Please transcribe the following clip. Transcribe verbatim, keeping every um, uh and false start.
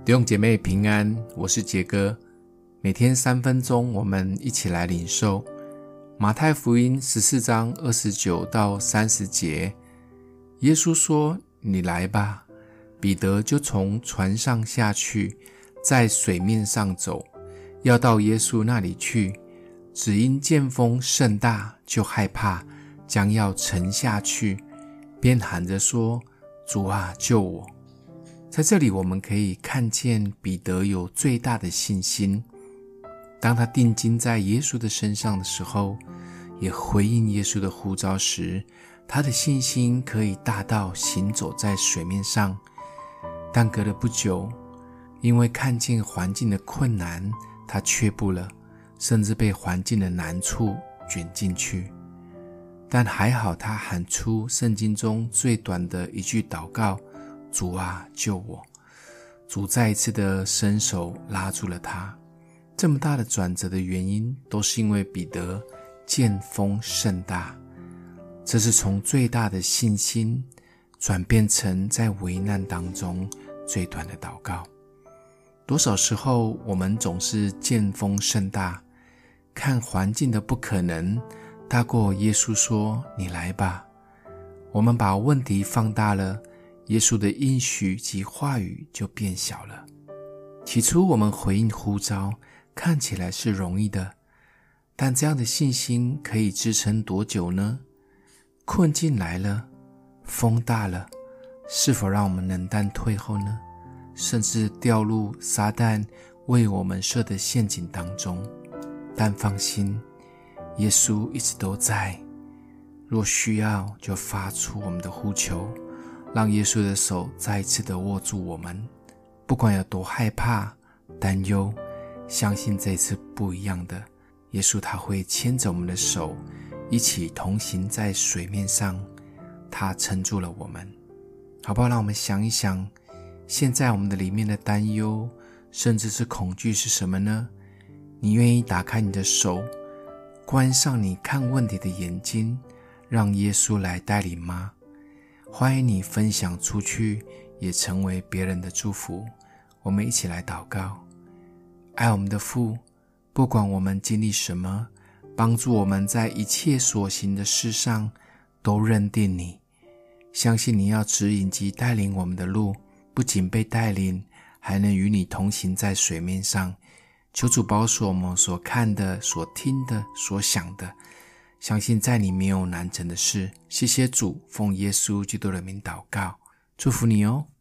弟兄姐妹平安，我是杰哥。每天三分钟，我们一起来领受马太福音十四章二十九到三十节。耶稣说：你来吧。彼得就从船上下去，在水面上走，要到耶稣那里去，只因见风甚大，就害怕，将要沉下去，便喊着说：主啊，救我！在这里我们可以看见彼得有最大的信心，当他定睛在耶稣的身上的时候，也回应耶稣的呼召时，他的信心可以大到行走在水面上。但隔了不久，因为看见环境的困难，他却步了，甚至被环境的难处卷进去。但还好他喊出圣经中最短的一句祷告：主啊，救我！主再一次的伸手拉住了他。这么大的转折的原因，都是因为彼得见风甚大。这是从最大的信心转变成在危难当中最短的祷告。多少时候我们总是见风甚大，看环境的不可能大过耶稣说：你来吧。我们把问题放大了，耶稣的应许及话语就变小了。起初我们回应呼召看起来是容易的，但这样的信心可以支撑多久呢？困境来了，风大了，是否让我们冷淡退后呢？甚至掉入撒旦为我们设的陷阱当中。但放心，耶稣一直都在，若需要就发出我们的呼求，让耶稣的手再一次的握住我们。不管有多害怕担忧，相信这一次不一样的，耶稣他会牵着我们的手，一起同行在水面上，他撑住了我们。好不好？让我们想一想，现在我们的里面的担忧甚至是恐惧是什么呢？你愿意打开你的手，关上你看问题的眼睛，让耶稣来带领吗？欢迎你分享出去，也成为别人的祝福。我们一起来祷告。爱我们的父，不管我们经历什么，帮助我们在一切所行的事上都认定你，相信你要指引及带领我们的路，不仅被带领，还能与你同行在水面上。求主保守我们所看的、所听的、所想的，相信在你没有难成的事。谢谢主，奉耶稣基督的名祷告，祝福你哦。